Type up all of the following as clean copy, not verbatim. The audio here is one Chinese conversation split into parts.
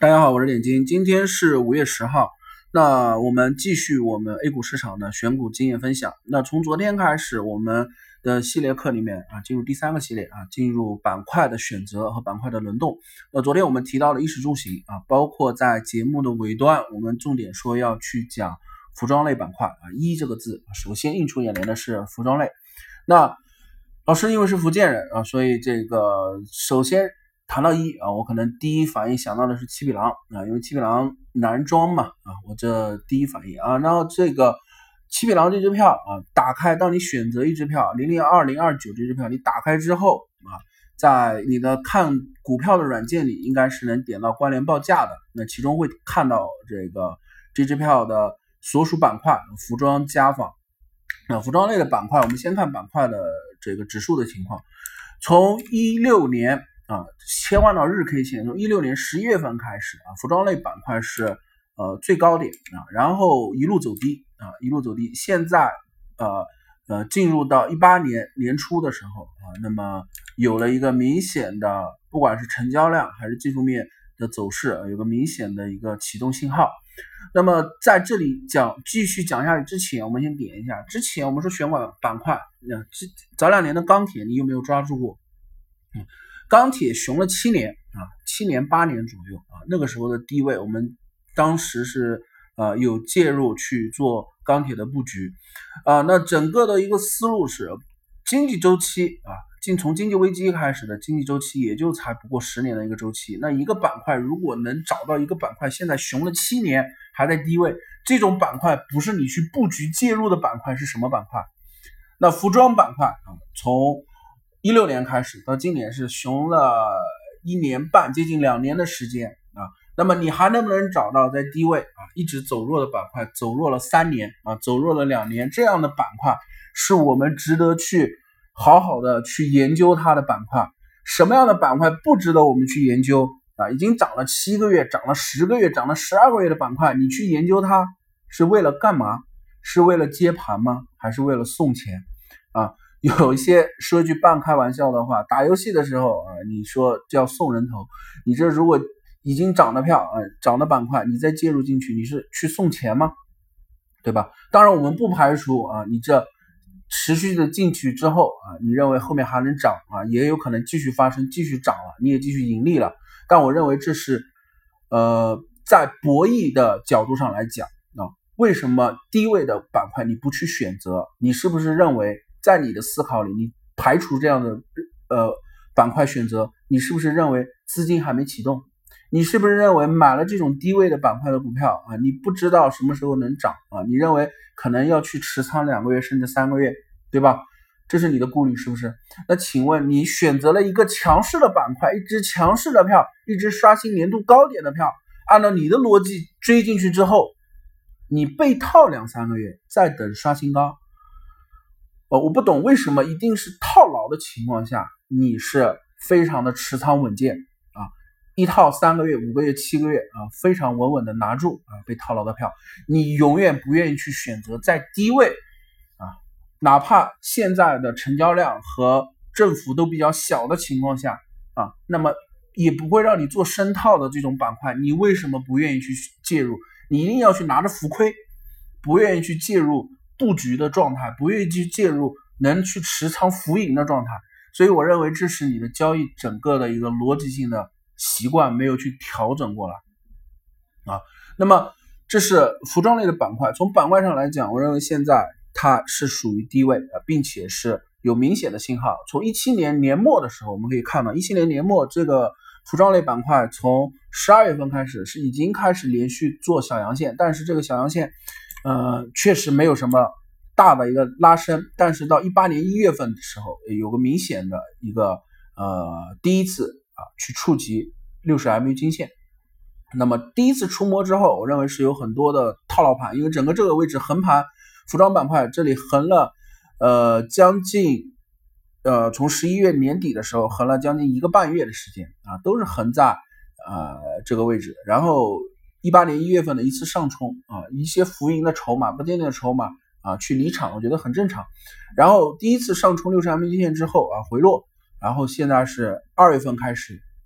大家好，我是点金，今天是5月10号。那我们继续我们 A 股市场的选股经验分享。那从昨天开始，我们的系列课里面进入第3个系列进入板块的选择和板块的轮动。那昨天我们提到了衣食住行包括在节目的尾端，我们重点说要去讲服装类板块衣这个字首先映出眼帘的是服装类。那老师因为是福建人所以这个首先谈到衣我可能第一反应想到的是七匹狼因为七匹狼男装嘛我这第一反应然后这个七匹狼这支票打开，当你选择一支票002029这支票，你打开之后在你的看股票的软件里应该是能点到关联报价的，那其中会看到这支票的所属板块服装家纺。服装类的板块，我们先看板块的这个指数的情况。从16年切换到日 K 线，从16年11月份开始服装类板块是最高点然后一路走低一路走低。现在进入到18年年初的时候那么有了一个明显的，不管是成交量还是技术面的走势有个明显的一个启动信号。那么在这里继续讲下去之前，我们先点一下之前我们说选管板块早2年的钢铁，你有没有抓住过？钢铁熊了7年7年8年左右那个时候的低位，我们当时是有介入去做钢铁的布局那整个的一个思路是经济周期从经济危机开始的经济周期也就才不过10年的一个周期。那一个板块如果能找到一个板块现在熊了7年还在低位，这种板块不是你去布局介入的板块是什么板块？那服装板块从16年开始到今年是熊了1年半接近2年的时间那么你还能不能找到在低位一直走弱的板块，走弱了3年走弱了2年，这样的板块是我们值得去好好的去研究它的板块。什么样的板块不值得我们去研究已经涨了7个月涨了10个月涨了12个月的板块，你去研究它是为了干嘛？是为了接盘吗？还是为了送钱有一些说句半开玩笑的话，打游戏的时候你说叫送人头，你这如果已经涨的票涨的板块你再介入进去，你是去送钱吗？对吧？当然我们不排除你这持续的进去之后你认为后面还能涨也有可能继续发生继续涨了，你也继续盈利了，但我认为这是在博弈的角度上来讲为什么低位的板块你不去选择？你是不是认为在你的思考里你排除这样的板块选择，你是不是认为资金还没启动？你是不是认为买了这种低位的板块的股票你不知道什么时候能涨你认为可能要去持仓2个月甚至3个月，对吧？这是你的顾虑是不是？那请问你选择了一个强势的板块，一只强势的票，一只刷新年度高点的票，按照你的逻辑追进去之后，你被套2-3个月再等刷新高我不懂为什么一定是套牢的情况下你是非常的持仓稳健一套3个月5个月7个月非常稳稳的拿住被套牢的票，你永远不愿意去选择在低位哪怕现在的成交量和振幅都比较小的情况下那么也不会让你做深套的这种板块，你为什么不愿意去介入？你一定要去拿着浮亏，不愿意去介入布局的状态，不愿意去介入能去持仓浮盈的状态。所以我认为这是你的交易整个的一个逻辑性的习惯没有去调整过来那么这是服装类的板块。从板块上来讲，我认为现在它是属于低位并且是有明显的信号。从17年年末的时候我们可以看到17年年末这个服装类板块从12月份开始是已经开始连续做小阳线，但是这个小阳线确实没有什么大的一个拉升，但是到18年1月份的时候有个明显的一个第一次去触及60 MA 均线。那么第一次触摸之后，我认为是有很多的套牢盘，因为整个这个位置横盘服装板块这里横了将近从11月年底的时候横了将近1个半月的时间都是横在这个位置。然后18年1月份的一次上冲一些浮盈的筹码不坚定的筹码去离场，我觉得很正常。然后第一次上冲60 MA 均线之后回落，然后现在是2月份开始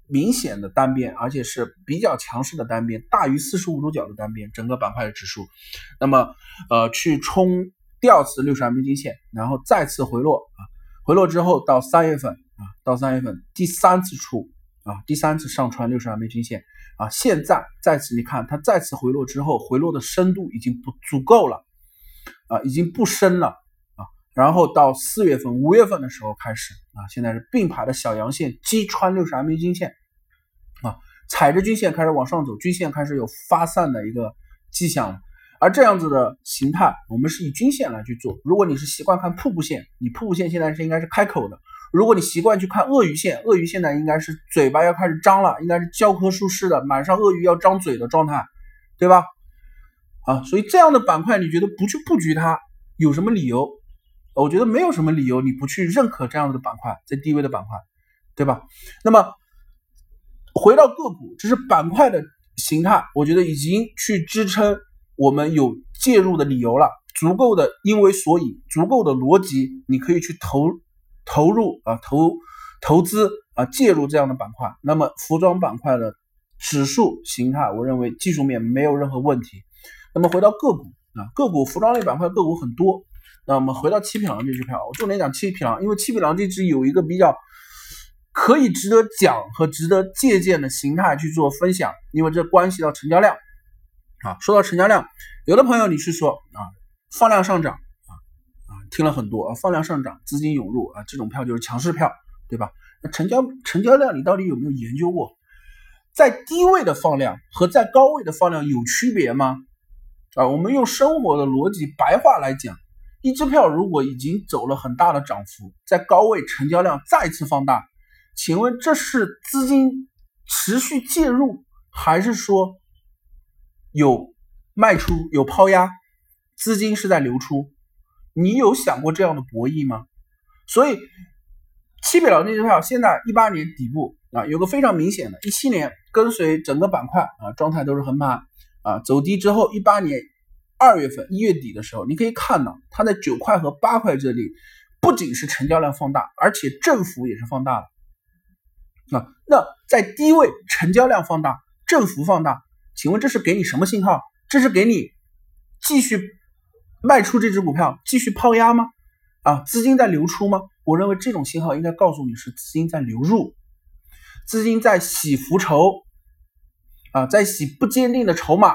明显的单边，而且是比较强势的单边，大于45度角的单边，整个板块的指数，那么去冲第二次60 MA 均线，然后再次回落回落之后到3月份第三次上穿60 MA 均线现在再次你看它再次回落之后，回落的深度已经不足够了已经不深了然后到4月份、5月份的时候开始现在是并排的小阳线击穿60 MA 均线踩着均线开始往上走，均线开始有发散的一个迹象了。而这样子的形态，我们是以均线来去做。如果你是习惯看瀑布线，你瀑布线现在应该是开口的；如果你习惯去看鳄鱼线，鳄鱼现在应该是嘴巴要开始张了，应该是教科书式的，马上鳄鱼要张嘴的状态，对吧？所以这样的板块，你觉得不去布局它有什么理由？我觉得没有什么理由你不去认可这样的板块，在低位的板块，对吧？那么回到个股，这是板块的形态，我觉得已经去支撑我们有介入的理由了，足够的因为所以，足够的逻辑，你可以去投入投资介入这样的板块。那么服装板块的指数形态，我认为技术面没有任何问题。那么回到个股个股服装类板块个股很多。那我们回到七匹狼这支票，我重点讲七匹狼，因为七匹狼这支有一个比较可以值得讲和值得借鉴的形态去做分享，因为这关系到成交量说到成交量，有的朋友你是说放量上涨听了很多放量上涨，资金涌入这种票就是强势票，对吧？那成交量你到底有没有研究过？在低位的放量和在高位的放量有区别吗？我们用生活的逻辑白话来讲，一支票如果已经走了很大的涨幅，在高位成交量再次放大，请问这是资金持续介入，还是说有卖出有抛压，资金是在流出？你有想过这样的博弈吗？所以七匹狼这支票现在18年底部有个非常明显的，17年跟随整个板块状态都是横盘走低之后，18年2月份1月底的时候，你可以看到它在9块和8块这里不仅是成交量放大，而且振幅也是放大了那在低位成交量放大，振幅放大，请问这是给你什么信号？这是给你继续卖出这只股票，继续抛压吗？资金在流出吗？我认为这种信号应该告诉你是资金在流入，资金在洗浮筹在洗不坚定的筹码。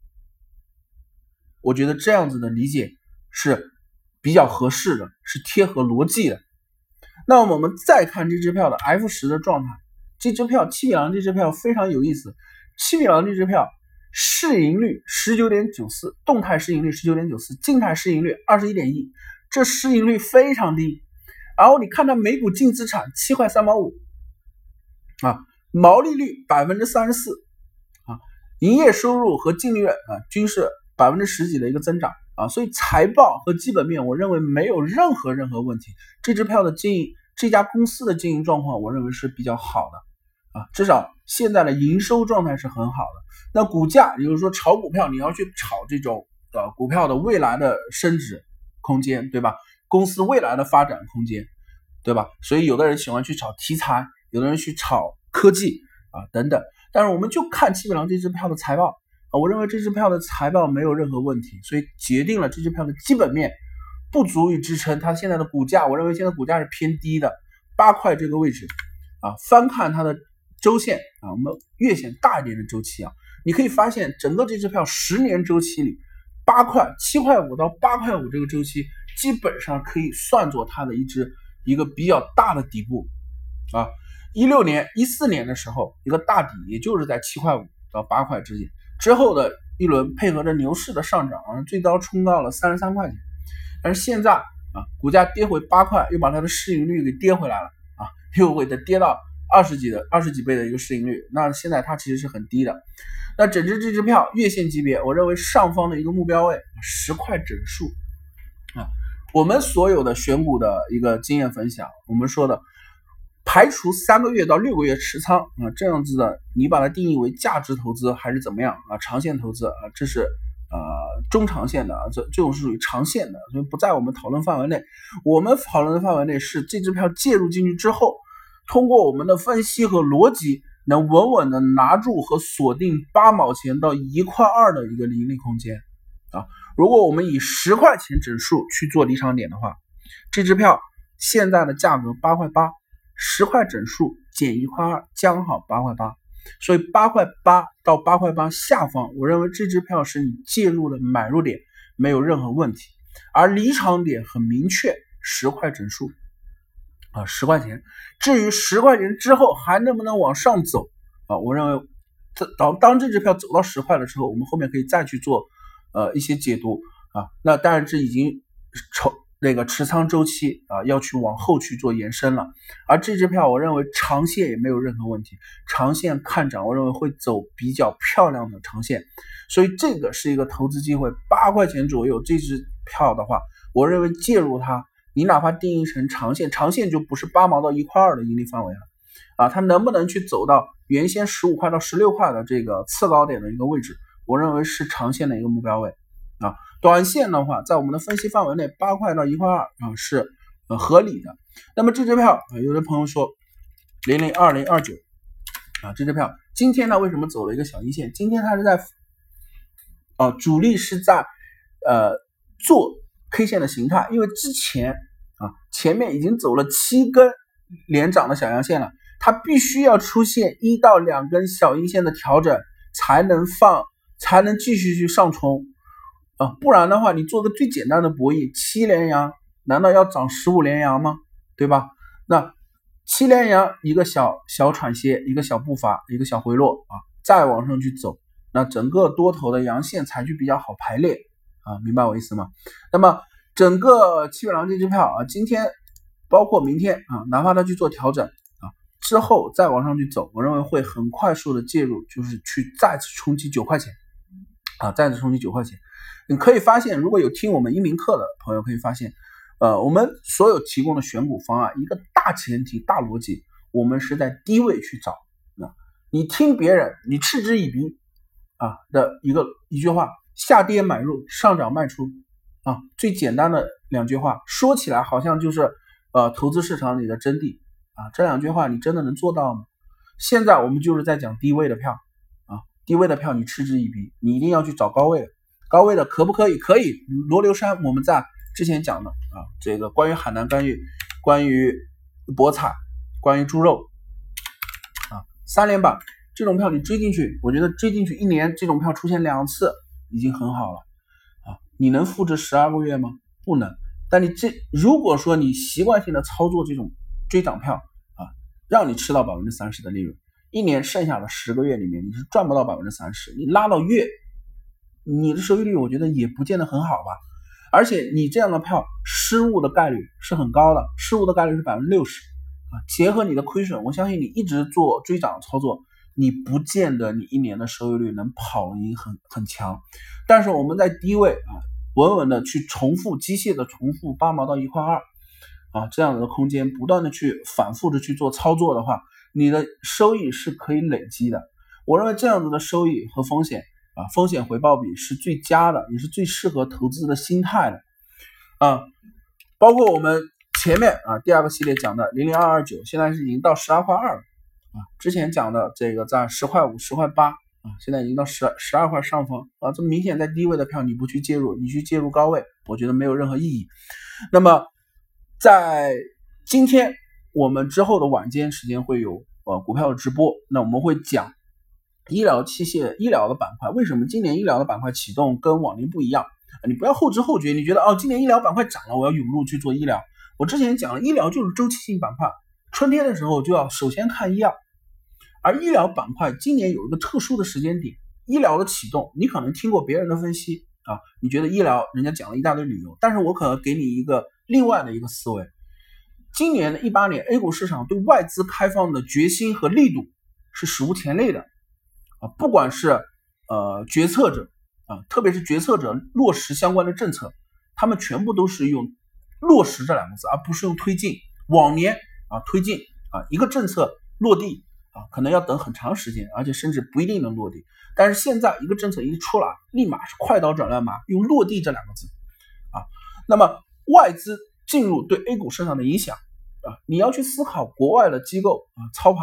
我觉得这样子的理解是比较合适的，是贴合逻辑的。那么我们再看这支票的 F10 的状态，这支票七匹狼这支票非常有意思，七匹狼这支票市盈率 19.94%， 动态市盈率 19.94%， 静态市盈率 21.1%， 这市盈率非常低。然后你看它每股净资产7块3毛5毛利率 34%营业收入和净利润均是10%几的一个增长所以财报和基本面我认为没有任何问题。这支票的经营，这家公司的经营状况我认为是比较好的至少现在的营收状态是很好的。那股价，也就是说炒股票你要去炒这种股票的未来的升值空间，对吧？公司未来的发展空间，对吧？所以有的人喜欢去炒题材，有的人去炒科技等等。但是我们就看七匹狼这支票的财报我认为这支票的财报没有任何问题，所以决定了这支票的基本面不足以支撑它现在的股价。我认为现在股价是偏低的，8块这个位置翻看它的周线我们月线大一点的周期你可以发现整个这支票10年周期里7块5到8块5这个周期基本上可以算作它的一个比较大的底部16年14年的时候一个大底也就是在7块5到8块之间，之后的一轮配合着牛市的上涨最高冲到了33块钱，但是现在股价跌回8块，又把它的市盈率给跌回来了又给它跌到20几倍的一个市盈率，那现在它其实是很低的。那整支这支票月线级别，我认为上方的一个目标位10块整数我们所有的选股的一个经验分享，我们说的排除3个月到6个月持仓这样子的，你把它定义为价值投资还是怎么样长线投资这是中长线的这种是属于长线的，所以不在我们讨论范围内。我们讨论的范围内是这支票介入进去之后，通过我们的分析和逻辑能稳稳的拿住和锁定8毛钱到1块2的一个盈利空间啊。如果我们以10块钱整数去做离场点的话，这支票现在的价格8块8，10块整数减1块2，刚好8块8。所以8块8到8块8下方，我认为这支票是你介入的买入点，没有任何问题。而离场点很明确，10块整数啊，10块钱。至于10块钱之后还能不能往上走啊，我认为当这支票走到10块的时候，我们后面可以再去做一些解读啊。那当然这已经持仓周期啊要去往后去做延伸了。而这支票我认为长线也没有任何问题，长线看涨，我认为会走比较漂亮的长线，所以这个是一个投资机会。8块钱左右这支票的话，我认为介入它，你哪怕定义成长线，长线就不是8毛到1块2的盈利范围了啊，它能不能去走到原先15块到16块的这个次高点的一个位置，我认为是长线的一个目标位啊。短线的话，在我们的分析范围内，8块到1块2啊是合理的。那么这支票有的朋友说002029啊，这支票今天呢为什么走了一个小阴线？今天它是在主力是在做 K 线的形态，因为之前前面已经走了7根连涨的小阳线了，它必须要出现1到2根小阴线的调整才能继续去上冲不然的话你做个最简单的博弈，7连阳难道要涨15连阳吗？对吧？那7连阳一个小喘歇，一个小步伐，一个小回落再往上去走，那整个多头的阳线才去比较好排列明白我意思吗？那么整个七尾狼这支票今天包括明天哪怕它去做调整之后再往上去走，我认为会很快速的介入，就是去再次冲击9块钱再次冲击9块钱。你可以发现，如果有听我们音频课的朋友可以发现我们所有提供的选股方案一个大前提大逻辑，我们是在低位去找你听别人你嗤之以鼻的一句话，下跌买入，上涨卖出最简单的2句话，说起来好像就是投资市场里的真谛这2句话你真的能做到吗？现在我们就是在讲低位的票低位的票你嗤之以鼻，你一定要去找高位的可不可以？可以。罗流山我们在之前讲的这个关于海南干预，关于博彩，关于猪肉3连板这种票你追进去，我觉得追进去1年这种票出现2次已经很好了你能复制12个月吗？不能。但如果说你习惯性的操作这种追涨票让你吃到 30% 的利润，1年剩下的10个月里面你是赚不到 30%， 你拉到月你的收益率我觉得也不见得很好吧。而且你这样的票失误的概率是很高的，失误的概率是 60%结合你的亏损，我相信你一直做追涨操作，你不见得你1年的收益率能跑赢很强。但是我们在低位稳稳的去机械的重复8毛到1块2这样的空间不断的去反复的去做操作的话，你的收益是可以累积的。我认为这样子的收益和风险风险回报比是最佳的，也是最适合投资的心态的包括我们前面第2个系列讲的00229现在是已经到12块2了之前讲的这个在10块5 10块8现在已经到12块上方这么明显在低位的票你不去介入，你去介入高位，我觉得没有任何意义。那么在今天我们之后的晚间时间会有股票的直播，那我们会讲医疗器械医疗的板块，为什么今年医疗的板块启动跟往年不一样你不要后知后觉，你觉得今年医疗板块涨了我要涌入去做医疗。我之前讲了，医疗就是周期性板块，春天的时候就要首先看医药。而医疗板块今年有一个特殊的时间点，医疗的启动，你可能听过别人的分析你觉得医疗人家讲了一大堆理由，但是我可能给你一个另外的一个思维。今年的18年 A 股市场对外资开放的决心和力度是史无前例的不管是决策者特别是决策者落实相关的政策，他们全部都是用落实这2个字，而不是用推进。往年推进一个政策落地可能要等很长时间，而且甚至不一定能落地。但是现在一个政策一出来，立马是快刀斩乱麻，用落地这2个字那么外资进入对 A 股市场的影响你要去思考国外的机构操盘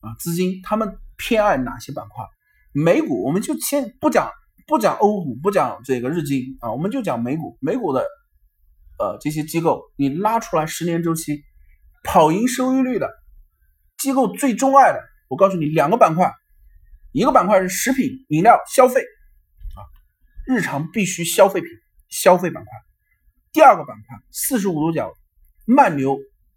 资金他们偏爱哪些板块？美股我们就先不讲欧股，不讲这个日经我们就讲美股。美股的这些机构，你拉出来10年周期跑赢收益率的机构最钟爱的，我告诉你2个板块，一个板块是食品饮料消费日常必须消费品消费板块，第二个板块45度角慢牛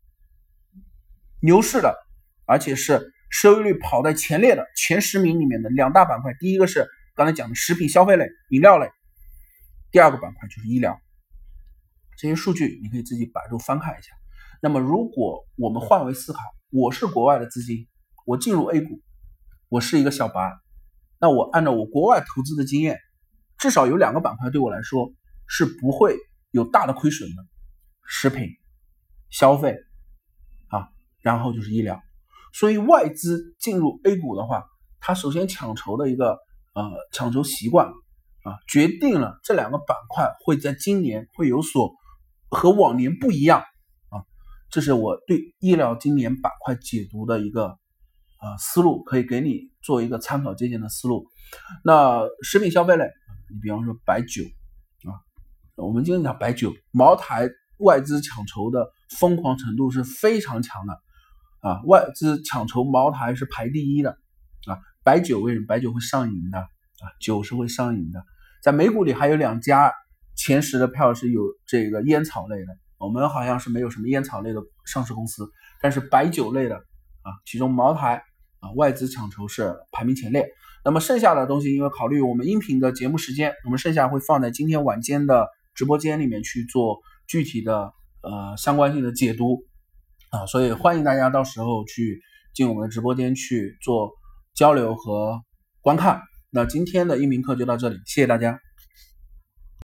市的，而且是收益率跑在前列的前10名里面的2大板块，第一个是刚才讲的食品消费类饮料类，第二个板块就是医疗。这些数据你可以自己百度翻看一下。那么如果我们换位思考，我是国外的资金，我进入 A 股，我是一个小白，那我按照我国外投资的经验，至少有2个板块对我来说是不会有大的亏损的，食品消费然后就是医疗。所以外资进入 A 股的话，它首先抢筹的一个抢筹习惯决定了这2个板块会在今年会有所和往年不一样这是我对医疗今年板块解读的一个思路，可以给你做一个参考借鉴的思路。那食品消费类，你比方说白酒我们今天讲白酒，茅台外资抢筹的疯狂程度是非常强的外资抢筹茅台是排第一的白酒为什么？白酒会上瘾的酒是会上瘾的。在美股里还有2家前10的票是有这个烟草类的，我们好像是没有什么烟草类的上市公司，但是白酒类的其中茅台外资抢筹是排名前列。那么剩下的东西，因为考虑我们音频的节目时间，我们剩下会放在今天晚间的直播间里面去做具体的相关性的解读所以欢迎大家到时候去进我们的直播间去做交流和观看。那今天的音频课就到这里，谢谢大家。